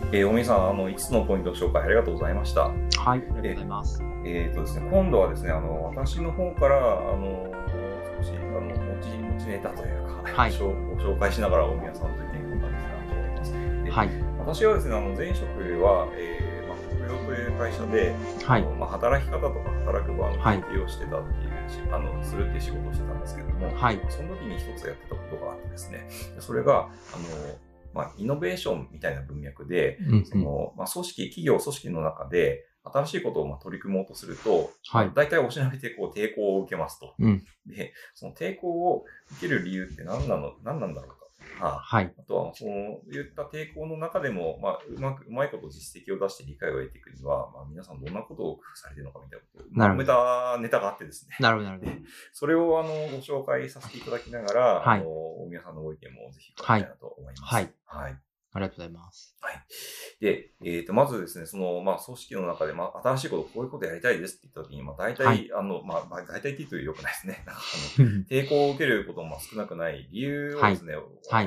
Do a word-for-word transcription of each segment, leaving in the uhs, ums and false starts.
えー、大見さん、あの、いつつのポイント紹介ありがとうございました。 はい、ありがとうございます。 えー、とですね、今度はですね、あの、私の方から、あの、少し、あの、持ち、持ちネタというか、はい、ご紹介しながら、大宮さんと意見を交わしたいなと思います。で、はい、私はですね、あの、前職は、えー、まあ、国用という会社で、はい、あのまあ、働き方とか働く場の研究をしてたっていう、はい、あの、するっていう仕事をしてたんですけども、はい、その時に一つやってたことがあってですね、それが、あの、まあ、イノベーションみたいな文脈で、うんうん、その、まあ、組織、企業組織の中で、新しいことをまあ取り組もうとすると、はい、大体おしなべてこう抵抗を受けますと、うん。で、その抵抗を受ける理由って何なの、何なんだろうか。はい、あとは、そういった抵抗の中でも、まあ、うまく、うまいこと実績を出して理解を得ていくには、まあ、皆さんどんなことを工夫されているのかみたいなことをまとめたネタがあってですね。 なるほど、なるほど。 それを、あの、ご紹介させていただきながら、はい、あの、大宮さんのご意見もぜひ伺いたいなと思います。 はい。はい。はいありがとうございます。 はい。で、えっ、ー、と、まずですね、その、まあ、組織の中で、まあ、新しいこと、こういうことやりたいですって言ったときに、まあ、大体、はい、あの、まあ、大体って言うと良くないですね。なんかあの抵抗を受けることも少なくない理由をですね、はい、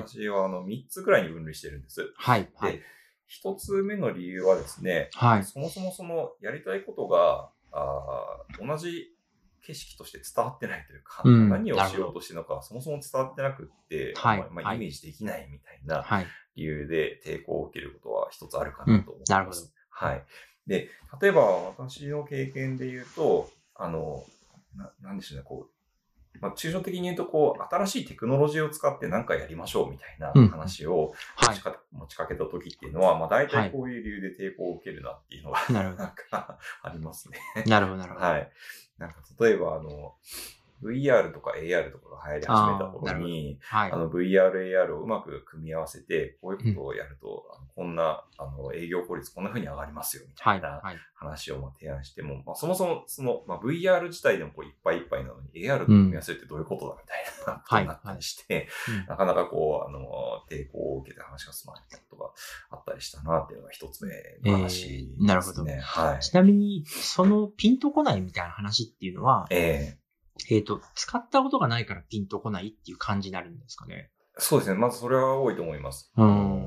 私は、あの、みっつくらいに分類してるんです。はい。で、ひとつめの理由はですね、はい、そもそもその、やりたいことが、あ同じ景色として伝わってないというか、うん、何をしようとしてるのかそもそも伝わってなくって、はい、まあ、イメージできないみたいな理由で抵抗を受けることは一つあるかなと思います。うん、なるほど。はい。で、例えば私の経験で言うと、あの、ななんでしょうね、こう、まあ、抽象的に言うと、こう、新しいテクノロジーを使って何かやりましょうみたいな話を持ちか、うんはい、持ちかけた時っていうのは、まあ、大体こういう理由で抵抗を受けるなっていうのが、はい、なんかありますね。 なるほど、なるほど。 はい。なんか、例えば、あの、ブイアール とか エーアール とかが流行り始めた頃に、あ、はい、あの ブイアール、エーアール をうまく組み合わせて、こういうことをやると、うん、あのこんな、あの、営業効率こんな風に上がりますよ、みたいな話をまあ提案しても、はいはい、まあ、そもそも、その、まあ、ブイアール 自体でもこういっぱいいっぱいなのに、エーアール と組み合わせるってどういうことだ、みたいなことになったりして、はいはい、なかなかこう、あの、抵抗を受けて話が進まないことがあったりしたな、っていうのが一つ目の話ですね。 えー、なるほど。 はい。 ちなみに、そのピンとこないみたいな話っていうのは、えーえっと、使ったことがないからピンとこないっていう感じになるんですかね。 そうですね。まずそれは多いと思います。うん。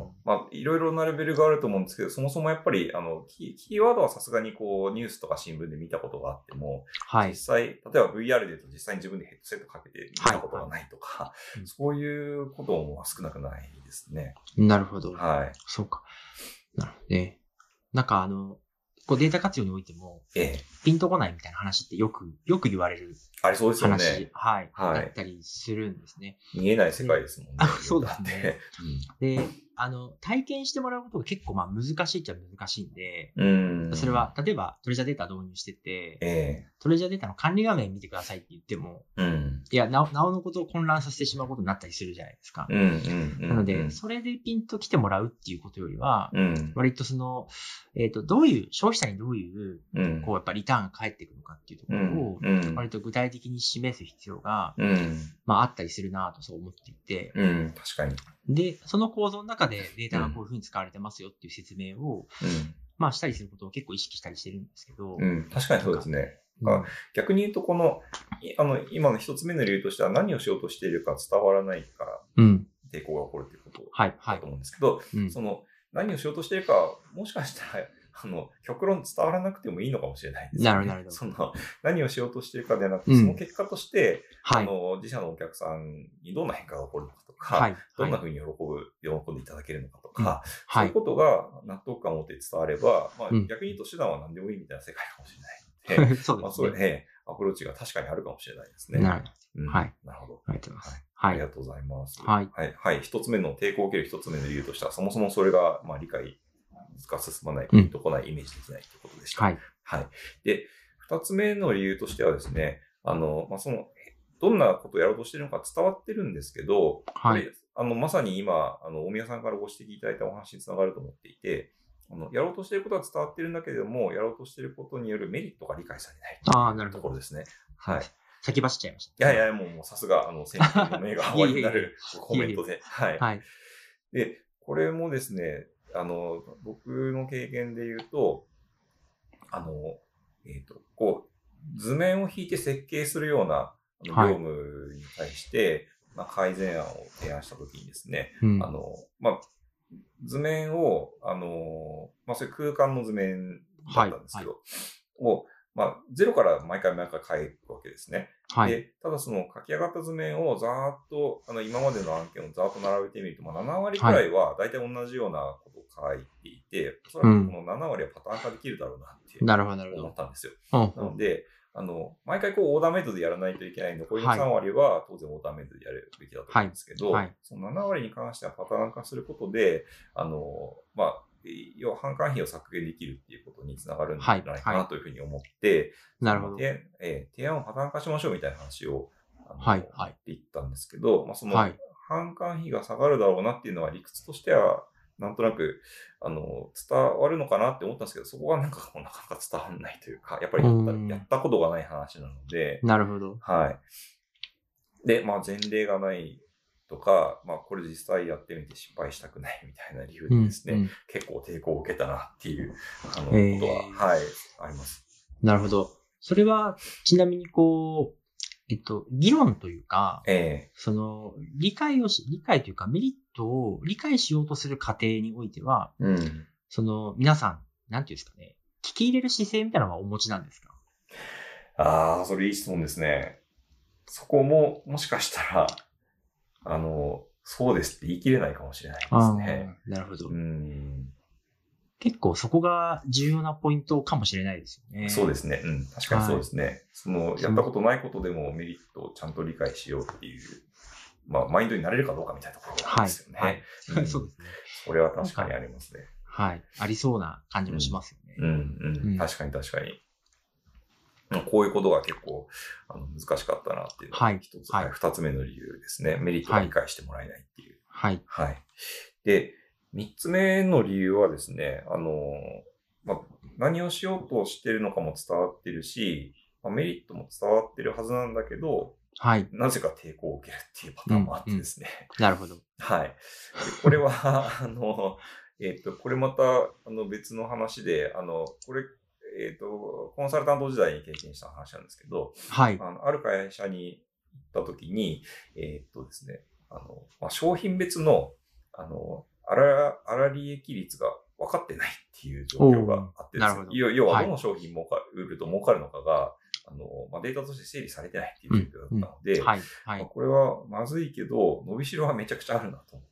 まあ、いろいろなレベルがあると思うんですけど、そもそもやっぱり、あの、キー、キーワードはさすがにこう、ニュースとか新聞で見たことがあっても、はい。実際、例えば ブイアール で言うと実際に自分でヘッドセットかけて見たことがないとか、はいはい、そういうことも少なくないですね。 なるほど。 はい。 そうか。なるほどね。なんかあの、こうデータ活用においても、ええ、ピンとこないみたいな話ってよく、よく言われる話。 ありそうですよね。 はい。はい。だったりするんですね。 見えない世界ですもんね。 あ、そうですね。うん、で、あの、体験してもらうことが結構まあ難しいっちゃ難しいんで、うんそれは、例えばトレジャーデータ導入してて、ええ、トレジャーデータの管理画面見てくださいって言っても、うん、いやなお、なおのことを混乱させてしまうことになったりするじゃないですか。うんうんうん、なので、それでピンと来てもらうっていうことよりは、うん、割とその、えっと、どういう、消費者にどういう、うん、こうやっぱリターンが返ってくるのかっていうところを、割と具体的に示す必要が、うん、まああったりするなとそう思っていて、 うん、確かに。 で、その構造の中でデータがこういうふうに使われてますよっていう説明を、うん、まあしたりすることを結構意識したりしてるんですけど。 うん、確かにそうですね。うん、逆に言うと、この、あの、今の一つ目の理由としては何をしようとしているか伝わらないから、抵抗が起こるということだと思うんですけど、はいはい、その、何をしようとしているか、もしかしたら、あの、極論伝わらなくてもいいのかもしれないですね。 なるほど、なるほど。 その、何をしようとしているかではなくて、うん、その結果として、はい、あの、自社のお客さんにどんな変化が起こるのかとか、はい、どんな風に喜ぶ、喜んでいただけるのかとか、うん、そういうことが納得感を持って伝われば、まあ、逆に言うと手段は何でもいいみたいな世界かもしれないので、そうですね。まあ、そういうね、アプローチが確かにあるかもしれないですね。 なるほど。 うん、 はい。 なるほど。 ありがとうございます。 はい。ありがとうございます。 はい。 はい。はい。一つ目の抵抗を受ける一つ目の理由としては、そもそもそれが、まあ、理解が進まない、ピンとこない、イメージできないということでした。はい。はい。で、二つ目の理由としてはですね、あの、まあ、その、どんなことをやろうとしているのか伝わってるんですけど、はい。あの、まさに今、あの、大宮さんからご指摘いただいたお話につながると思っていて、あの、やろうとしていることは伝わっているんだけれども、やろうとしていることによるメリットが理解されないというところですね。はい。 先走っちゃいました。 いやいや、もう、もうさすが、あの、先輩の目が終わりになるコメントで。はい。はい。で、これもですね、あの、僕の経験で言うと、あの、えっと、こう、図面を引いて設計するような業務に対して、はい、まあ、改善案を提案したときにですね、うん、あの、まあ、 図面を、あの、まあ、そういう空間の図面だったんですけど、はいはい、を、まあ、ゼロから毎回毎回書くわけですね。はい、で、ただその書き上がった図面をざーっと、あの、今までの案件をざーっと並べてみると、まあ、なな割くらいは大体同じようなことを書いていて、はい、おそらくこのなな割はパターン化できるだろうなって思ったんですよ。なので、あの、毎回こうオーダーメイドでやらないといけない残りのさん割は当然オーダーメイドでやるべきだと思うんですけど、はいはい、そのなな割に関してはパターン化することで、あの、まあ、要は販管費を削減できるっていうことにつながるんじゃないかなというふうに思って、 なるほど。 で、えー、提案をパターン化しましょうみたいな話を、あの、はいはい、って言ったんですけど、まあ、その、販管費が下がるだろうなっていうのは理屈としては、なんとなく、あの、伝わるのかなって思ったんですけど、そこがなんかなかなか伝わらないというか、やっぱりやった、やったことがない話なので。 なるほど。 はい。で、まあ前例がないとか、まあこれ実際やってみて失敗したくないみたいな理由でですね、うんうん、結構抵抗を受けたなっていう、あの、えー、ことは、はい、あります。 なるほど。それは、ちなみにこう、えっと、議論というか、ええ、その、理解をし、理解というかメリットを理解しようとする過程においては、うん、その、皆さん、なんていうんですかね、聞き入れる姿勢みたいなのはお持ちなんですか？ ああ、それいい質問ですね。そこも、もしかしたら、あの、そうですって言い切れないかもしれないですね。 なるほど。 うん結構そこが重要なポイントかもしれないですよね。 そうですね。うん。確かにそうですね。はい、その、やったことないことでもメリットをちゃんと理解しようっていう、まあ、マインドになれるかどうかみたいなところがあるんですよね。はい。はいうん、そうですね。それは確かにありますね。 はい。ありそうな感じもしますよね。 うん、うん、うん。確かに確かに。こういうことが結構あの難しかったなっていうのが一つ、はい。二、はい、つ目の理由ですね。メリットが理解してもらえないっていう。 はい。 はい。で、三つ目の理由はですね、あの、まあ、何をしようとしてるのかも伝わってるし、まあ、メリットも伝わってるはずなんだけど、 はい。 なぜか抵抗を受けるっていうパターンもあってですね。 うんうん、なるほど。 はい。でこれは、あの、えっと、これまた、あの、別の話で、あの、これ、えっと、コンサルタント時代に経験した話なんですけど、 はい。 あの、ある会社に行った時に、えっとですね、あの、まあ、商品別の、あの、粗利益率が分かってないっていう状況があってですね、要はどの商品儲かる、売ると儲かるのかが、あの、まあ、データとして整理されてないっていう状況だったので、 うんうんはいはいまあ、これはまずいけど、伸びしろはめちゃくちゃあるなと思って、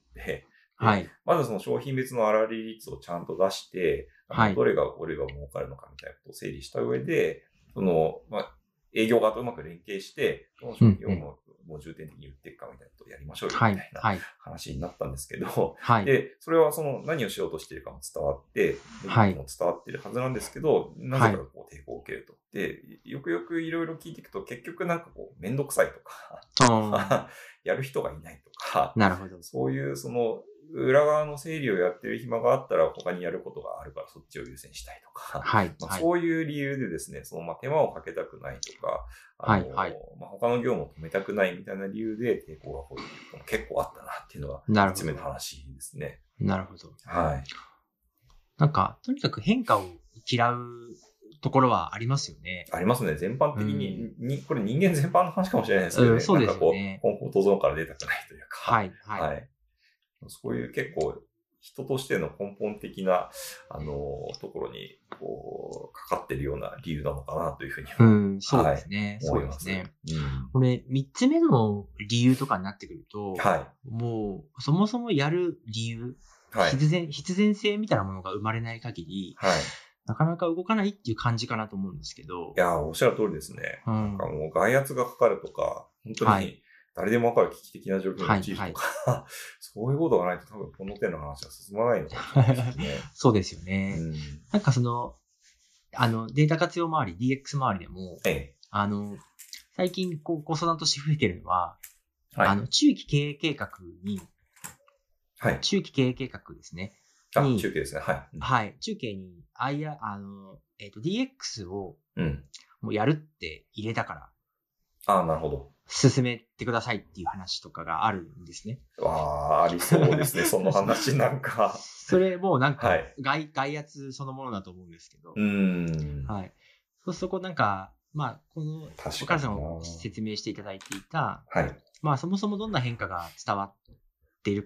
はい、 まずその商品別の粗利率をちゃんと出して、はい、どれが俺が儲かるのかみたいなことを整理した上で、その、まあ、営業側とうまく連携して、どの商品をもう、もう重点的に売っていくかみたいなことをやりましょうよみたいな話になったんですけど、はい、で、それはその何をしようとしているかも伝わって、はい、も伝わっているはずなんですけど、なぜかこう抵抗を受けると。で、よくよくいろいろ聞いていくと、結局なんかこう、めんどくさいとか、やる人がいないとか、 なるほど。 そういうその、裏側の整理をやってる暇があったら他にやることがあるからそっちを優先したいとか、 はいまあ、そういう理由でですね、そのまあ手間をかけたくないとか、あの、はいはいまあ、他の業務を止めたくないみたいな理由で抵抗がこういうのも結構あったなっていうのがみっつめの話ですね。 なるほど。 はい。 なんか、とにかく変化を嫌うところはありますよね。 ありますね。全般的に、うん、にこれ人間全般の話かもしれないですけどね。 うん、そうですよね。 なんかこう、コンフォートゾーンから出たくないというか。 はい、はい。はいそういう結構人としての根本的な、あの、ところに、こう、かかってるような理由なのかなというふうに。 うん、そうですね。はい、 思います。 そうですね。 うん、 これ、三つ目の理由とかになってくると、 はい、 もう、そもそもやる理由、はい、必然、必然性みたいなものが生まれない限り、 はい、 なかなか動かないっていう感じかなと思うんですけど。 いや、おっしゃる通りですね。うん、なんかもう外圧がかかるとか、本当に、はい誰でもわかる危機的な状況に陥るとか、はいはい、そういうことがないと多分この手の話は進まないのかもしれないですね。 そうですよね。うん、なんかその、あの、データ活用周り、ディーエックス 周りでも、ええ、あの、最近こうご相談として増えてるのは、はい、あの、中期経営計画に、 はい、 中期経営計画ですね。 あ、中期ですね。はい。 うん、はい。中継に、あいや、あの、えっと、ディーエックス を、もうやるって入れたから、 うん、ああ、なるほど。 進めてくださいっていう話とかがあるんですね。 わあ、ありそうですね、その話なんか。 それもなんか外、はい、外圧そのものだと思うんですけど。 うん。 はい。そうそこなんか、まあ、この、岡田さんを説明していただいていた、 はい。 まあ、そもそもどんな変化が伝わっているか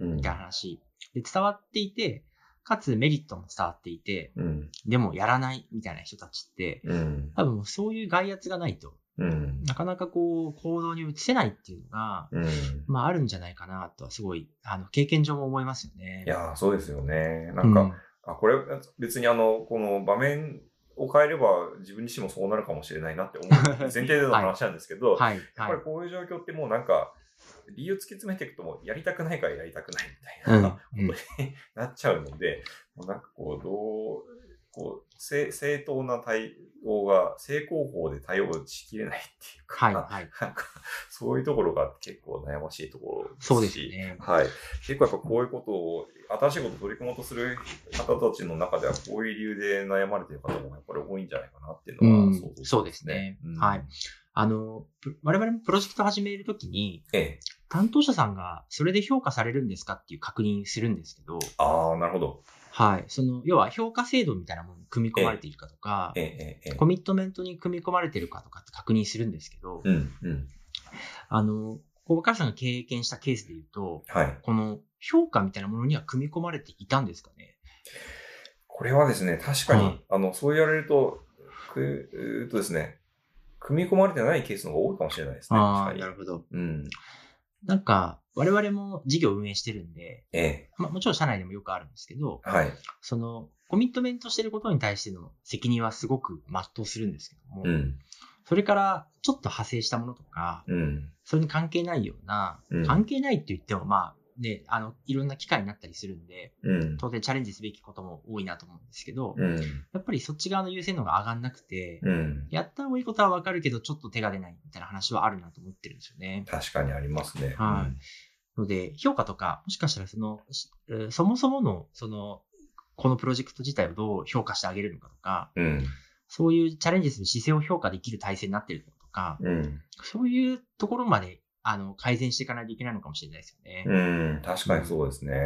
みたいな話、うん、で伝わっていて、かつメリットも伝わっていて、うん、でもやらないみたいな人たちって、うん、多分そういう外圧がないと、うん、なかなかこう行動に移せないっていうのが、うん、まああるんじゃないかなとはすごいあの経験上も思いますよね。 いやそうですよね。なんか、うん、あこれ別にあのこの場面を変えれば自分自身もそうなるかもしれないなって思う前提での話なんですけど、はいはい、やっぱりこういう状況ってもうなんか理由突き詰めていくともうやりたくないからやりたくないみたいなことになっちゃうので、うんうん、もうなんかこうどうこう正, 正当な対応が正攻法で対応しきれないっていうか、はいはい、なんかそういうところが結構悩ましいところですし、 そうですね。 はい、結構やっぱこういうことを新しいことを取り組もうとする方たちの中ではこういう理由で悩まれている方もやっぱり多いんじゃないかなっていうのは、 うん、想像ですね。そうですね。うん、はい。あの我々もプロジェクト始めるときに、ええ、担当者さんがそれで評価されるんですかっていう確認するんですけど、 ああ、なるほど。 はい。その、要は評価制度みたいなものに組み込まれているかとか、ええええ、コミットメントに組み込まれているかとかって確認するんですけど、うんうん、あの、小川さんが経験したケースで言うと、はい、この評価みたいなものには組み込まれていたんですかね？ これはですね、確かに、はい、あの、そう言われると、くえー、っとですね、組み込まれてないケースの方が多いかもしれないですね。 ああ、なるほど。うん。なんか、我々も事業を運営してるんで、ええまあ、もちろん社内でもよくあるんですけど、はい、その、コミットメントしてることに対しての責任はすごく全うするんですけども、うん、それからちょっと派生したものとか、うん、それに関係ないような、うん、関係ないって言っても、まあ、ね、あの、いろんな機会になったりするんで、うん、当然チャレンジすべきことも多いなと思うんですけど、うん、やっぱりそっち側の優先度が上がんなくて、うん、やった方がいいことはわかるけど、ちょっと手が出ないみたいな話はあるなと思ってるんですよね。 確かにありますね。 はい。うんので、評価とか、もしかしたらその、そもそもの、その、このプロジェクト自体をどう評価してあげるのかとか、うん、そういうチャレンジする姿勢を評価できる体制になっているのかとか、うん、そういうところまで、あの、改善していかないといけないのかもしれないですよね。 うん、確かにそうですね。うん、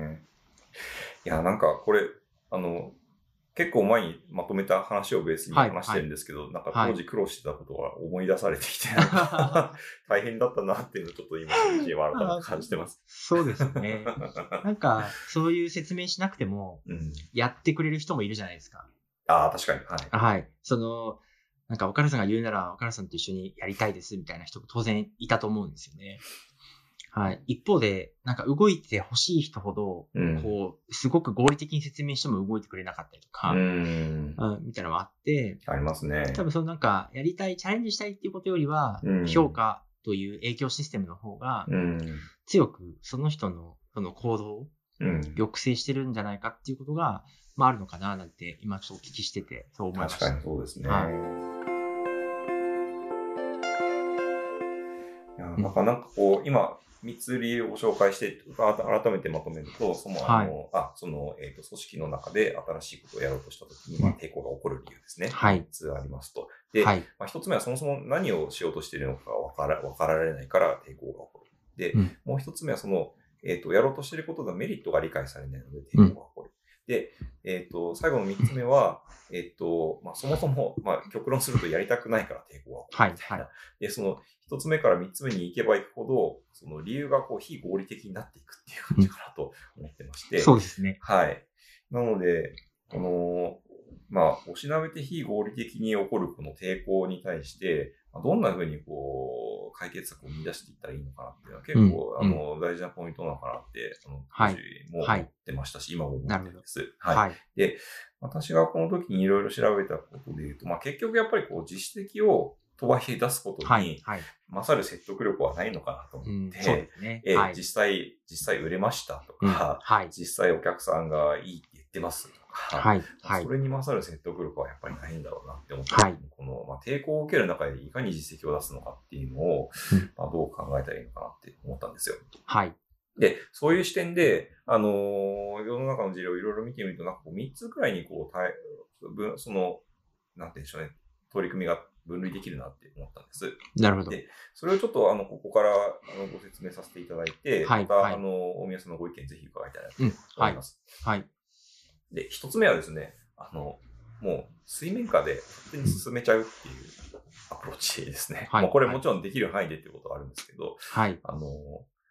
いや、なんかこれ、あの、結構前にまとめた話をベースに話してるんですけど、はいはい、なんか当時苦労してたことが思い出されてきて、はい、大変だったなっていうのをちょっと今自身は改めて感じてます。 そうですね。なんか、そういう説明しなくても、やってくれる人もいるじゃないですか。 うん、ああ、確かに。はい。 はい。その、なんか岡田さんが言うなら岡田さんと一緒にやりたいですみたいな人も当然いたと思うんですよね。はい。一方で、なんか動いてほしい人ほど、うん、こう、すごく合理的に説明しても動いてくれなかったりとか、うん、うん、みたいなのがあって、 ありますね。 多分そのなんか、やりたい、チャレンジしたいっていうことよりは、うん、評価という影響システムの方が、強くその人のその行動を抑制してるんじゃないかっていうことが、まああるのかななんて、今ちょっとお聞きしてて、そう思いました。 確かにそうですね。はい、いやなんかなんかこう、今、みっつ理由をご紹介して、改めてまとめると、その、あの、はい、あ、その、えっと、組織の中で新しいことをやろうとしたときに、まあ、抵抗が起こる理由ですね。はい。みっつありますと。で、はい、まあ、ひとつめはそもそも何をしようとしているのかがわから、わかられないから抵抗が起こる。で、うん、もうひとつめはその、えっと、やろうとしていることのメリットが理解されないので抵抗が起こる。うんで、えっ、ー、と、最後のみっつめは、えっ、ー、と、まあ、そもそも、まあ、極論するとやりたくないから抵抗が起こるみたいな。はいはい、で、その、ひとつめからみっつめに行けば行くほど、その理由がこう、非合理的になっていくっていう感じかなと思ってまして。 そうですね。 はい。なので、この、まあ、おしなべて非合理的に起こるこの抵抗に対して、どんな風にこう、解決策を見出していったらいいのかなっていうのは結構、うん、あの、大事なポイントなのかなって、あの、当時も思ってましたし、はい、今も思ってるんです。はい。はい。で、私がこの時にいろいろ調べたことで言うと、まあ結局やっぱりこう、自主的をとはいえ出すことに、勝る説得力はないのかなと思って、そうですね。えーはい、実際、実際売れましたとか、うんはい、実際お客さんがいいって言ってますとか、はいはい、それに勝る説得力はやっぱりないんだろうなって思って、はい、この、まあ、抵抗を受ける中でいかに実績を出すのかっていうのを、うんまあ、どう考えたらいいのかなって思ったんですよ。はい。で、そういう視点で、あのー、世の中の事例をいろいろ見てみると、なんかこうみっつくらいにこう、その、なんていうんでしょうね、取り組みが分類できるなって思ったんです。 なるほど。 で、それをちょっとあの、ここからあのご説明させていただいて、はい、また、はい、あの、大宮さんのご意見ぜひ伺いたいなと思います。うん、はい。はい。で、一つ目はですね、あの、もう水面下で勝手に進めちゃうっていうアプローチですね。はい。まあ、これもちろんできる範囲でっていうことはあるんですけど、はい。あの、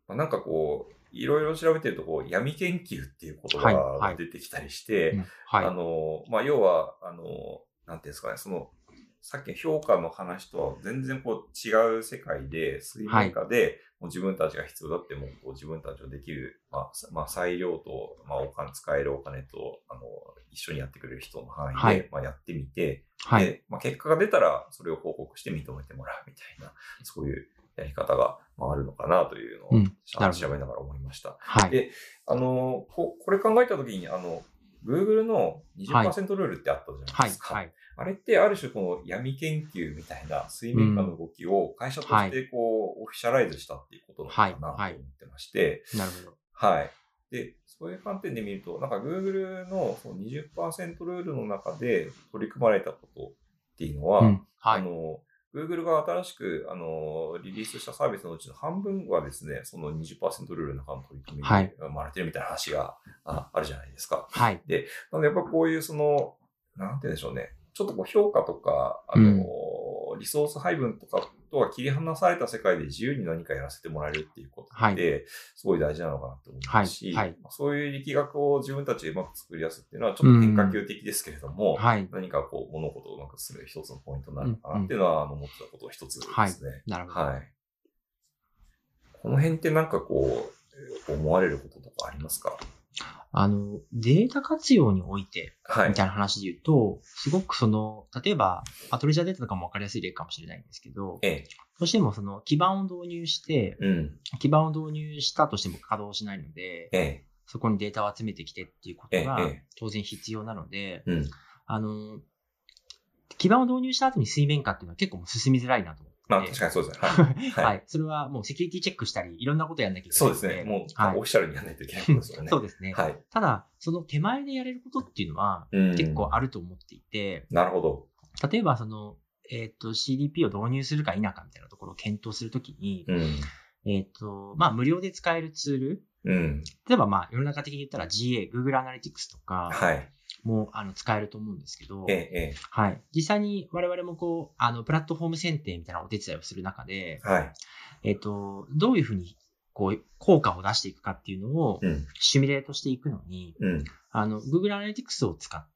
まあ、なんかこう、いろいろ調べてると、こう、闇研究っていう言葉が出てきたりして、はいはい、あの、まあ、要は、あの、なんていうんですかね、その、さっきの評価の話とは全然こう違う世界で、水面下で、もう自分たちが必要だってもこう自分たちのできる、まあ、まあ、裁量と、まあ、お金、使えるお金と、あの、一緒にやってくれる人の範囲で、はい、まあ、やってみて、はい、で、まあ、結果が出たら、それを報告して認めてもらうみたいな、そういうやり方があるのかなというのを、うん、調べながら思いました。はい、で、あの、こ、これ考えたときに、あの、Google の にじゅっパーセント ルールってあったじゃないですか。はいはいはい、あれってある種この闇研究みたいな水面下の動きを会社としてこう、オフィシャライズしたっていうことなのかなと思ってまして。 なるほど。 はい。で、そういう観点で見ると、なんか Google のその にじゅっパーセント ルールの中で取り組まれたことっていうのは、うんはい、あの、Google が新しく、あの、リリースしたサービスのうちの半分はですね、その にじゅっパーセント ルールの中の取り組みに生まれてるみたいな話が あ, あるじゃないですか。はい。で、なのでやっぱこういうその、なんて言うんでしょうね。ちょっとこう評価とか、あの、うん、リソース配分とかとは切り離された世界で自由に何かやらせてもらえるっていうことって、すごい大事なのかなと思いますし、はいはい、そういう力学を自分たちでうまく作り出すっていうのはちょっと変化球的ですけれども、うんはい、何かこう物事をうまくする一つのポイントになるのかなっていうのは、うん、思ってたこと一つですね。はい、 なるほど。はい。 この辺ってなんかこう、思われることとかありますか？ あの、データ活用において、みたいな話で言うと、はい、すごくその、例えば、トレジャーデータとかも分かりやすい例かもしれないんですけど、ええ、どうしてもその基盤を導入して、うん、基盤を導入したとしても稼働しないので、ええ、そこにデータを集めてきてっていうことが当然必要なので、ええうん、あの、基盤を導入した後に水面下っていうのは結構もう進みづらいなと思って。 まあ確かにそうですね。はい。 はい。それはもうセキュリティチェックしたり、いろんなことやんなきゃいけない。 そうですね。もう、はい、オフィシャルにやらないといけないことですよね。 そうですね。はい。ただ、その手前でやれることっていうのは結構あると思っていて。 なるほど。 例えば、その、えっと、シーディーピー を導入するか否かみたいなところを検討するときに、うん、えっと、まあ、無料で使えるツール。うん、例えば、まあ、世の中的に言ったら ジーエー、Google Analytics とか、はい。もあの使えると思うんですけど、ええ、はい。実際に我々もこう、あの、プラットフォーム選定みたいなお手伝いをする中で、はい。えっと、どういうふうに、こう、効果を出していくかっていうのを、シミュレートしていくのに、うん、あの、Google Analytics を使って、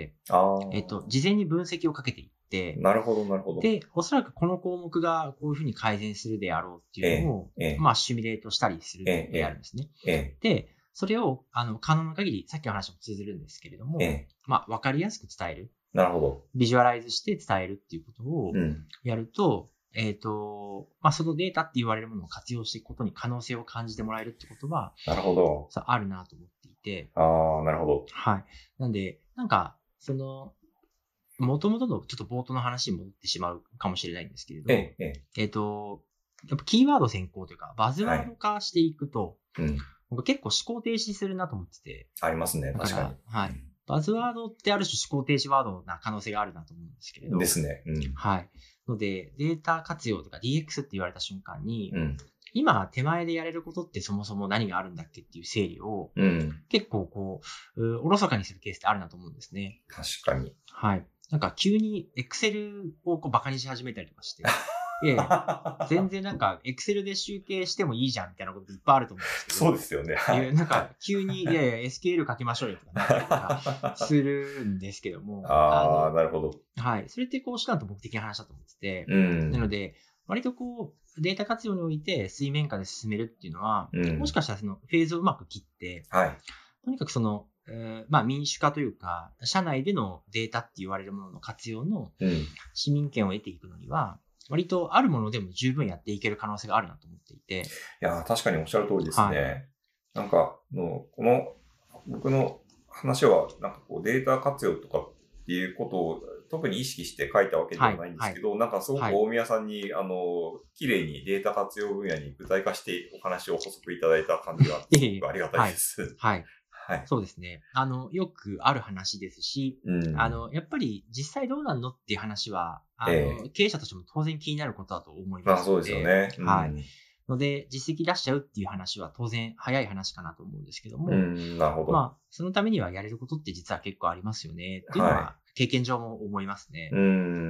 えっと、事前に分析をかけていって、 なるほど、なるほど。 で、おそらくこの項目がこういうふうに改善するであろうっていうのを、ええ、まあ、シミュレートしたりするのであるんですね。ええ、で、それを、あの、可能な限り、さっきの話も通ずるんですけれども、ええ、まあ、わかりやすく伝える。 なるほど。 ビジュアライズして伝えるっていうことをやると、うん、えっと、まあ、そのデータって言われるものを活用していくことに可能性を感じてもらえるってことは、 なるほど。 あるなと思っていて。 ああ、なるほど。 はい。なんで、なんか、その、もともとのちょっと冒頭の話に戻ってしまうかもしれないんですけれど、えええっと、やっぱキーワード先行というか、バズワード化していくと、はいうん僕結構思考停止するなと思ってて。 ありますね、確かに。 はい。バズワードってある種思考停止ワードな可能性があるなと思うんですけれど。 ですね。うん、 はい。ので、データ活用とか ディーエックス って言われた瞬間に、うん、今手前でやれることってそもそも何があるんだっけっていう整理を、うん、結構こう、おろそかにするケースってあるなと思うんですね。 確かに。 はい。なんか急に Excel をこうバカにし始めたりとかして。いやいや、全然なんか、エクセルで集計してもいいじゃんみたいなこといっぱいあると思うんですけど。 そうですよね。 はい。なんか、急に、いやいや、エスキューエル 書きましょうよとかなったりとかするんですけども。 ああ、なるほど。 はい。それってこう、手段と目的の話だと思ってて。うん。なので、割とこう、データ活用において水面下で進めるっていうのは、うん、もしかしたらそのフェーズをうまく切って、はい。とにかくその、えー、まあ民主化というか、社内でのデータって言われるものの活用の市民権を得ていくのには、割とあるものでも十分やっていける可能性があるなと思っていて。 いや、確かにおっしゃる通りですね。はい、なんかの、この、僕の話は、なんかこうデータ活用とかっていうことを特に意識して書いたわけではないんですけど、はいはい、なんかすごく大宮さんに、はい、あの、綺麗にデータ活用分野に具体化してお話を補足いただいた感じがすごくありがたいです。 はい。はいはい。そうですね。あの、よくある話ですし、うん、あの、やっぱり実際どうなんのっていう話は、あの、えー、経営者としても当然気になることだと思いますので。まあそうですよね。 うん、はい。ので、実績出しちゃうっていう話は当然早い話かなと思うんですけども、 うん、なるほど。 まあ、そのためにはやれることって実は結構ありますよねっていうのは経験上も思いますね。 うん。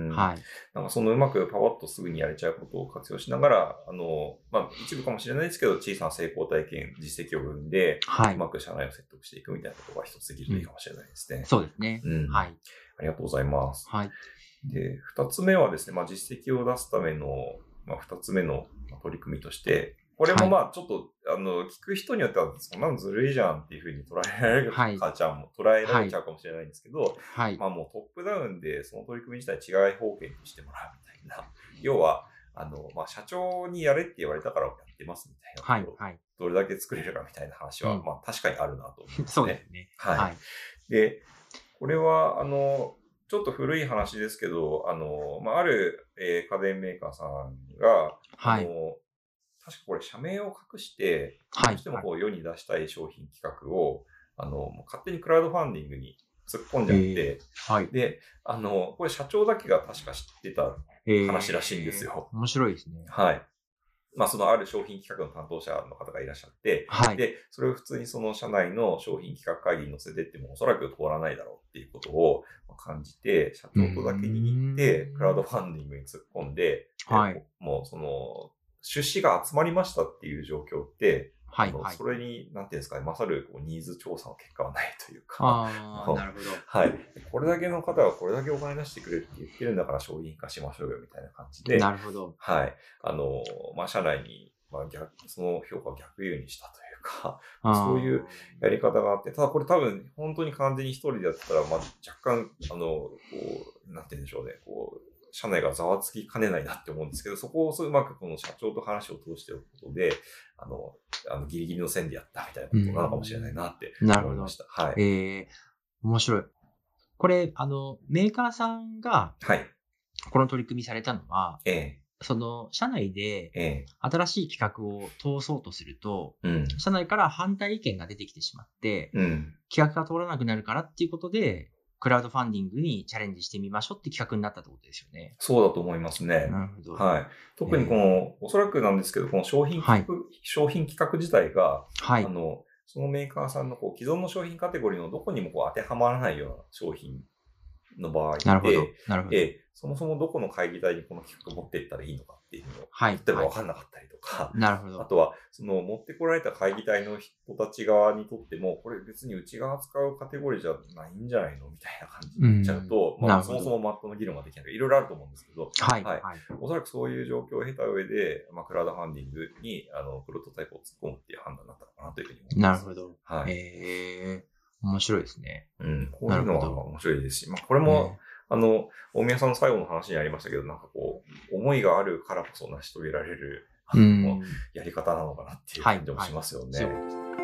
はい。なんかそのうまくパワッとすぐにやれちゃうことを活用しながら、あの、まあ、一部かもしれないですけど、小さな成功体験、実績を生んで、はい、うまく社内を説得していくみたいなことが一つできるといいかもしれないですね。 うん、そうですね。 うん。はい。ありがとうございます。 はい。 で、二つ目はですね、まあ、実績を出すための、まあ、二つ目の取り組みとして、これもまあちょっと、はい、あの、聞く人によってはそんなのずるいじゃんっていうふうに捉えられるかちゃんも、捉えられちゃうかもしれないんですけど、はい、まあもうトップダウンでその取り組み自体違い方形にしてもらうみたいな。要は、あの、まあ社長にやれって言われたからやってますみたいなことを、はいはい、どれだけ作れるかみたいな話は、うん、まあ確かにあるなと思うんですね。 そうですね。 はい。はい、で、これは、あの、ちょっと古い話ですけど、あの、まあ、ある、えー、家電メーカーさんが、はい、あの、確かこれ社名を隠して、どうしてもこう世に出したい商品企画を、あの、もう勝手にクラウドファンディングに突っ込んじゃって、はい、で、あの、これ社長だけが確か知ってた話らしいんですよ。 面白いですね。 はい。まあ、そのある商品企画の担当者の方がいらっしゃって、はい、で、それを普通にその社内の商品企画会議に載せてってもおそらく通らないだろうっていうことを感じて、社長とだけに行って、クラウドファンディングに突っ込んで、はい、もうその、出資が集まりましたっていう状況って、はいはい、それに、なんていうんですかね、勝るこうニーズ調査の結果はないというか。 ああ、なるほど。 はい。これだけの方がこれだけお金出してくれるって言ってるんだから商品化しましょうよみたいな感じで。 なるほど。 はい。あの、まあ、社内に、まあ、逆、その評価を逆輸入したというか、そういうやり方があって、ただこれ多分本当に完全に一人でやってたら、まあ、若干、あの、こう、なんて言うんでしょうね、こう、社内がざわつきかねないなって思うんですけど、そこをうまくこの社長と話を通しておくことで、あの、あのギリギリの線でやったみたいなことなのかもしれないなって思いました。はい。 えー、面白い。これ、あの、メーカーさんが、はい。この取り組みされたのは、ええ、その、社内で、新しい企画を通そうとすると、うん、社内から反対意見が出てきてしまって、うん、企画が通らなくなるからっていうことで、クラウドファンディングにチャレンジしてみましょうって企画になったってことですよね。 そうだと思いますね。 なるほど。 はい。特にこの、えー、おそらくなんですけど、この商品企画、はい、商品企画自体が、はい、あの、そのメーカーさんのこう既存の商品カテゴリーのどこにもこう当てはまらないような商品の場合で、 なるほど。なるほど。 えー、そもそもどこの会議体にこの企画を持っていったらいいのかっていうのを、はい、例えば分かんなかったりとか、 なるほど。 あとは、その持ってこられた会議体の人たち側にとっても、これ別にうちが扱うカテゴリーじゃないんじゃないのみたいな感じになっちゃうと、まあそもそもマットの議論ができないとかいろいろあると思うんですけど、はい。はい。おそらくそういう状況を経た上で、まあクラウドファンディングに、あの、プロトタイプを突っ込むっていう判断になったのかなというふうに思います。 なるほど。はい。えー、面白いですね。 うん。こういうのは面白いですし、まあこれも、あの、大宮さんの最後の話にありましたけど、なんかこう、思いがあるからこそ成し遂げられる、うん、やり方なのかなっていう感じもしますよね。はいはい、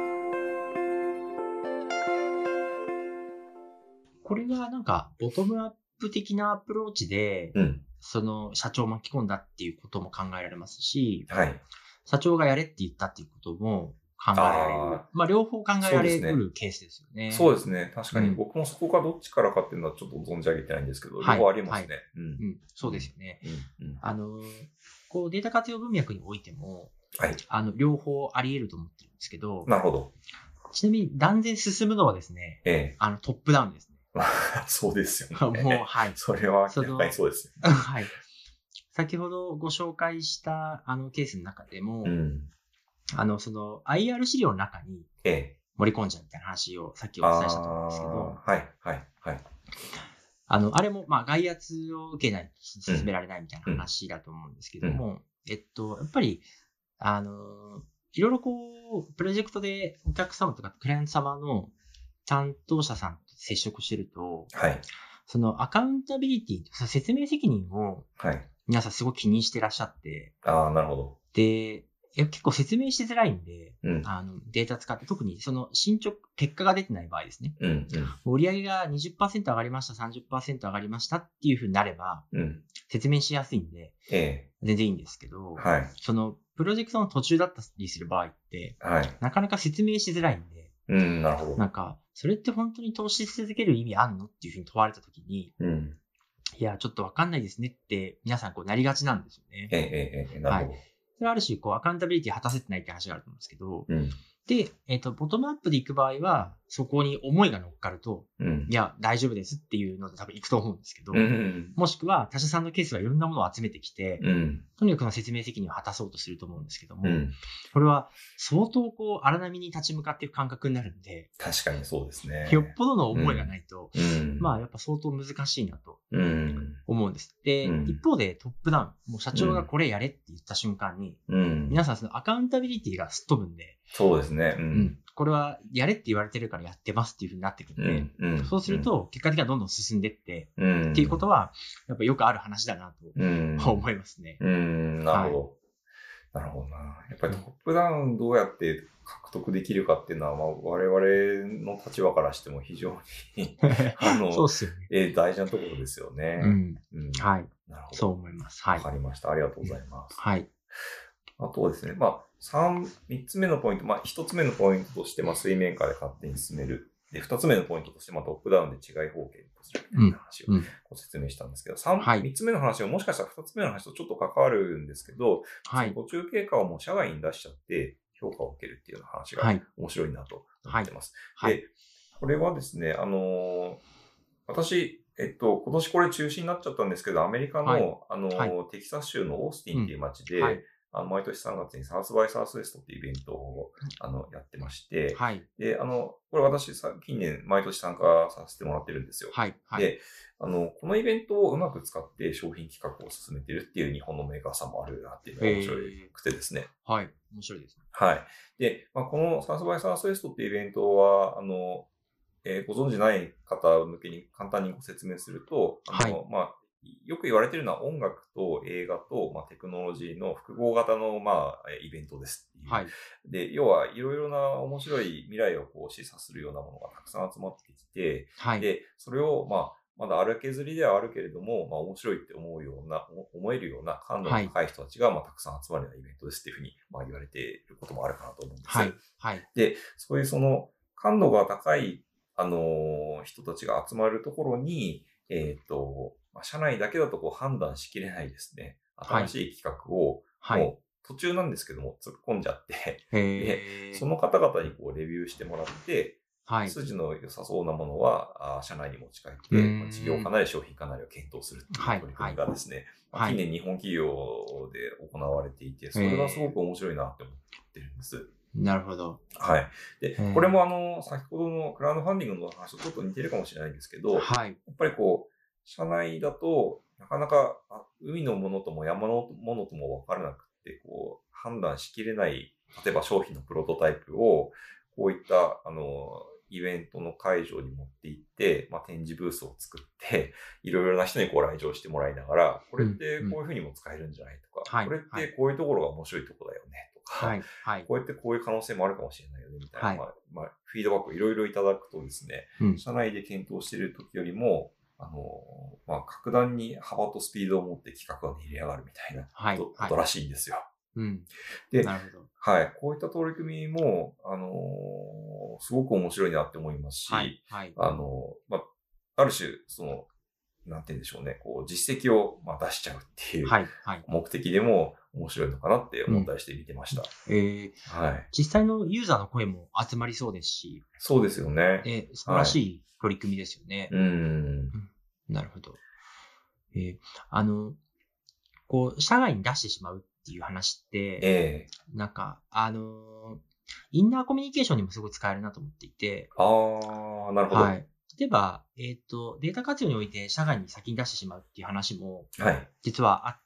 これはなんか、ボトムアップ的なアプローチで、うん、その社長を巻き込んだっていうことも考えられますし、はい、社長がやれって言ったっていうことも、考えられる。まあ、両方考えられるケースですよね。 そうですね。確かに、僕もそこがどっちからかっていうのはちょっと存じ上げてないんですけど、両方ありますね。 そうですよね。うんうん、あの、こう、データ活用文脈においても、はい、あの、両方あり得ると思ってるんですけど、 なるほど。 ちなみに断然進むのはですね、ええ、あの、トップダウンですね。 そうですよね。 もう、はい。 それは明らかにそうです、ね。 はい。先ほどご紹介したあのケースの中でも、うんあの、その アイアール 資料の中に盛り込んじゃうみたいな話をさっきお伝えしたと思うんですけど、 はい、はい、はい。 あの、あれも、まあ、外圧を受けないと進められないみたいな話だと思うんですけども、うんうん、えっと、やっぱり、あの、いろいろこう、プロジェクトでお客様とかクライアント様の担当者さんと接触してると、はい。そのアカウンタビリティ、説明責任を、はい。皆さんすごく気にしてらっしゃって、 ああ、なるほど。 で、結構説明しづらいんで、うん、あのデータ使って、特にその進捗、結果が出てない場合ですね。うんうん、売上が にじゅっパーセント 上がりました、さんじゅっパーセント 上がりましたっていう風になれば、うん、説明しやすいんで、ええ、全然いいんですけど、はい、そのプロジェクトの途中だったりする場合って、はい、なかなか説明しづらいんで、 うん、なるほど。 なんか、それって本当に投資し続ける意味あんのっていう風に問われたときに、うん、いや、ちょっとわかんないですねって皆さんこうなりがちなんですよね。 ええええ、なるほど。 はいそれはある種、こう、アカウンタビリティ果たせてないって話があると思うんですけど、うん、 で、えっ、と、ボトムアップで行く場合は、そこに思いが乗っかると、うん、いや、大丈夫ですっていうので多分行くと思うんですけど、うんうん、もしくは他社さんのケースがいろんなものを集めてきて、うん、とにかくの説明責任を果たそうとすると思うんですけども、うん、これは相当こう荒波に立ち向かっていく感覚になるんで、 確かにそうですね。 よっぽどの思いがないと、うん、まあやっぱ相当難しいなと思うんです。で、うん、一方でトップダウン、もう社長がこれやれって言った瞬間に、うん、皆さんそのアカウンタビリティがすっ飛ぶんで、 そうですね。 うん。うん、これはやれって言われてるからやってますっていう風になってくるんで、うんうん、そうすると結果的にはどんどん進んでって、うん、っていうことは、やっぱよくある話だなと思いますね。 うん、うん、なるほど。はいなるほどな。やっぱりトップダウンどうやって獲得できるかっていうのは、まあ、我々の立場からしても非常にあのそうっすよね、 えー、大事なところですよね。 うんうん、はい。なるほど。そう思います。はい。 わかりました。ありがとうございます。 はい。 あとはですね、まあ、三、三つ目のポイント、まあ、一つ目のポイントとして、まあ、水面下で勝手に進める。で、二つ目のポイントとして、まあ、トップダウンで違い方形とするみたいな話をご説明したんですけど、三、はい、三つ目の話はもしかしたら二つ目の話とちょっと関わるんですけど、はい、その途中経過をもう社外に出しちゃって評価を受けるっていうような話が面白いなと思ってます。はいはい、で、これはですね、あのー、私、えっと、今年これ中止になっちゃったんですけど、アメリカの、はい、あのーはい、テキサス州のオースティンっていう街で、うんはいあの、毎年さんがつにサウスバイサウスウエストっていうイベントを、あの、やってまして、はい。で、あの、これ私さ、近年毎年参加させてもらってるんですよ。はい。はい、で、あの、このイベントをうまく使って商品企画を進めてるっていう日本のメーカーさんもあるなっていうのが面白くてですね。 はい。面白いですね。 はい。で、まあ、このサウスバイサウスウエストっていうイベントは、あの、えー、ご存知ない方向けに簡単にご説明すると、あの、はい、まあ、よく言われているのは音楽と映画と、まあ、テクノロジーの複合型の、まあ、イベントですっていう。はい。で、要はいろいろな面白い未来をこう示唆するようなものがたくさん集まってきて、はい。で、それを、まあ、まだ荒削りではあるけれども、まあ面白いって思うような、思えるような感度の高い人たちが、まあたくさん集まるようなイベントですっていうふうに、まあ言われていることもあるかなと思うんです。はい。はい。で、そういうその感度が高い、あのー、人たちが集まるところに、えっと、社内だけだとこう判断しきれないですね。新しい企画を、はい、もう途中なんですけども突っ込んじゃって、で、その方々にこうレビューしてもらって、はい、筋の良さそうなものは、社内に持ち帰って、まあ、事業化なり商品化なりを検討するっていう取り組みがですね、はいはい、近年日本企業で行われていて、それがすごく面白いなって思ってるんです。 なるほど。 はい。で、これもあの、先ほどのクラウドファンディングの話とちょっと似てるかもしれないんですけど、はい、やっぱりこう、社内だと、なかなか、海のものとも山のものとも分からなくて、こう、判断しきれない、例えば商品のプロトタイプを、こういった、あの、イベントの会場に持って行って、まあ、展示ブースを作って、いろいろな人にこう来場してもらいながら、これってこういうふうにも使えるんじゃないとか、うんうん、これってこういうところが面白いところだよねとか、はいはい、こうやってこういう可能性もあるかもしれないよねみたいな、はいまあまあ、フィードバックをいろいろいただくとですね、うん、社内で検討している時よりも、あの、まあ、格段に幅とスピードを持って企画が練り上がるみたいなこと、はい、らしいんですよ。うん。で、なるほど。はい。こういった取り組みも、あのー、すごく面白いなって思いますし、はい。はい、あの、まあ、ある種、その、なんて言うんでしょうね、こう、実績を、まあ、出しちゃうっていう目的でも面白いのかなって思ったりして見てました。 うん、えー、はい。実際のユーザーの声も集まりそうですし。 そうですよね。 えー、素晴らしい取り組みですよね。はい、うん。なるほど。えー、あの、こう、社外に出してしまうっていう話って、えー、なんか、あのー、インナーコミュニケーションにもすごい使えるなと思っていて。 ああ、なるほど。はい。 例えば、えっと、データ活用において社外に先に出してしまうっていう話も、はい。実はあって、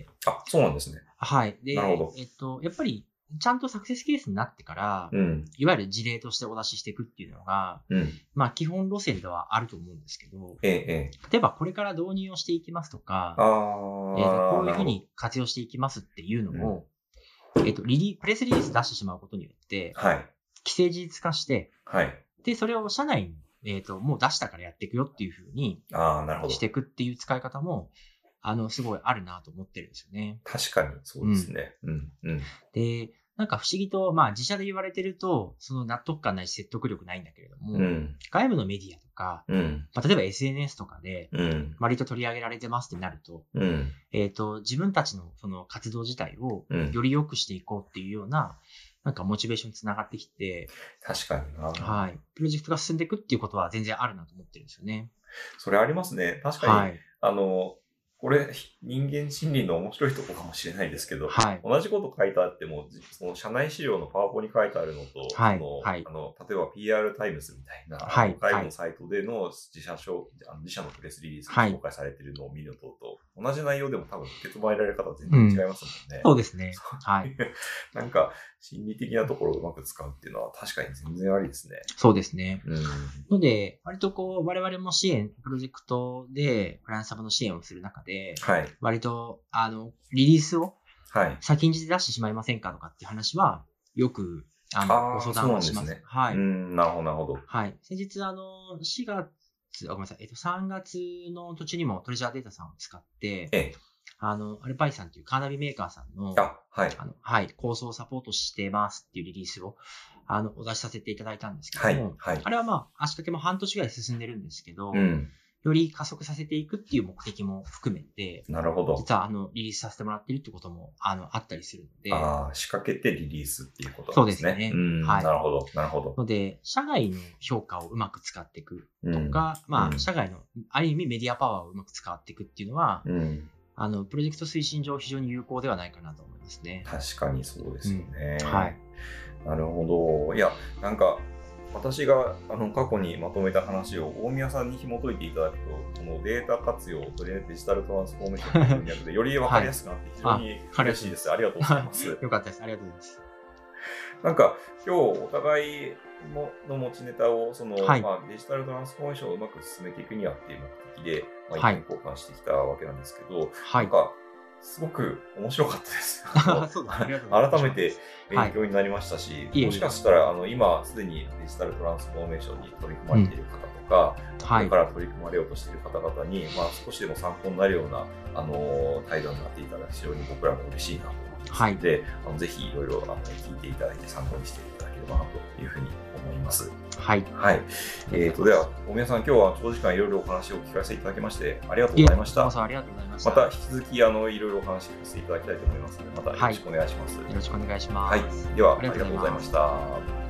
あ、そうなんですね。 はい。で、なるほど。えっと、やっぱり、ちゃんとサクセスケースになってから、うん、いわゆる事例としてお出ししていくっていうのが、うん、まあ基本路線ではあると思うんですけど、ええ、例えばこれから導入をしていきますとか、あえー、こういうふうに活用していきますっていうのを、うん、えっとリリ、プレスリリース出してしまうことによって、はい、既成事実化して、はい、で、それを社内に、えっと、もう出したからやっていくよっていうふうにしていくっていう使い方も、あの、すごいあるなと思ってるんですよね。 確かに、そうですね。うん。うん。 で、なんか不思議と、まあ自社で言われてると、その納得感ないし説得力ないんだけれども、うん、外部のメディアとか、うんまあ、例えば エスエヌエス とかで、割と取り上げられてますってなると、うん、えっと、自分たちのその活動自体をより良くしていこうっていうような、 なんかモチベーションにつながってきて、 確かにな。 はい。プロジェクトが進んでいくっていうことは全然あるなと思ってるんですよね。 それありますね。確かに、はい、あの、これ、人間心理の面白いところかもしれないですけど、はい、同じこと書いてあっても、その社内資料のパワポに書いてあるのと、はい、そのはい、あの例えば ピーアール タイムズみたいな、はい、外部のサイトでの自社商、あの自社のプレスリリースが紹介されているのを見るのと、はい、同じ内容でも多分受け止められる方は全然違いますもんね。 うん、そうですね。はい。 なんか、心理的なところをうまく使うっていうのは確かに全然ありですね。 そうですね。 うん、 ので、割とこう、我々も支援、プロジェクトで、クライアント様の支援をする中で、はい、割と、あの、リリースを先んじて出してしまいませんかとかっていう話は、よく、あの、ご相談をします。 そうなんですね。 はい。 うん、なるほど、なるほど。 はい。先日、あの、しがつ、あ、ごめんなさい、えっと、さんがつの途中にもトレジャーデータさんを使って、ええ、あの、アルパイさんというカーナビメーカーさんの、 あ、はい。 あの、はい、構想をサポートしてますっていうリリースを、あの、お出しさせていただいたんですけども、はい、はい。あれはまあ、足掛けも半年ぐらい進んでるんですけど、うん、より加速させていくっていう目的も含めて、 なるほど。 実は、あの、リリースさせてもらっているってことも、あの、あったりするので。 ああ、仕掛けてリリースっていうことなんですね。 そうですね。 うん、はい。なるほど、なるほど。 ので、社外の評価をうまく使っていくとか、うん、まあ、社外の、ある意味メディアパワーをうまく使っていくっていうのは、うん、あの、プロジェクト推進上非常に有効ではないかなと思いますね。 確かにそうですよね。 うん、はい。 なるほど。いや、なんか、私があの過去にまとめた話を大宮さんに紐解いていただくと、このデータ活用とデジタルトランスフォーメーションの文脈でより分かりやすくなって非常に嬉しいです。はい、ありがとうございます。 よかったです。ありがとうございます。 なんか今日お互いの持ちネタをその、はい、まあ、デジタルトランスフォーメーションをうまく進めていくにはっていう目的で、まあ、意見交換してきたわけなんですけど、はい、なんかすごく面白かったです。改めて勉強になりましたし、はい、もしかしたらあの今すでにデジタルトランスフォーメーションに取り組まれている方とか、うん、これから取り組まれようとしている方々に、まあ、少しでも参考になるようなあの対談になっていただく非常に僕らも嬉しいなと思いますので、はい、あのぜひいろいろあの聞いていただいて参考にしていただければなというふうに思います。 はい。 はい。えっと、では、大宮さん、今日は長時間いろいろお話を聞かせていただきまして、ありがとうございました。 ありがとうございました。 また引き続き、あの、いろいろお話聞かせていただきたいと思いますので、またよろしくお願いします。 はい、よろしくお願いします。 はい。では、ありがとうございました。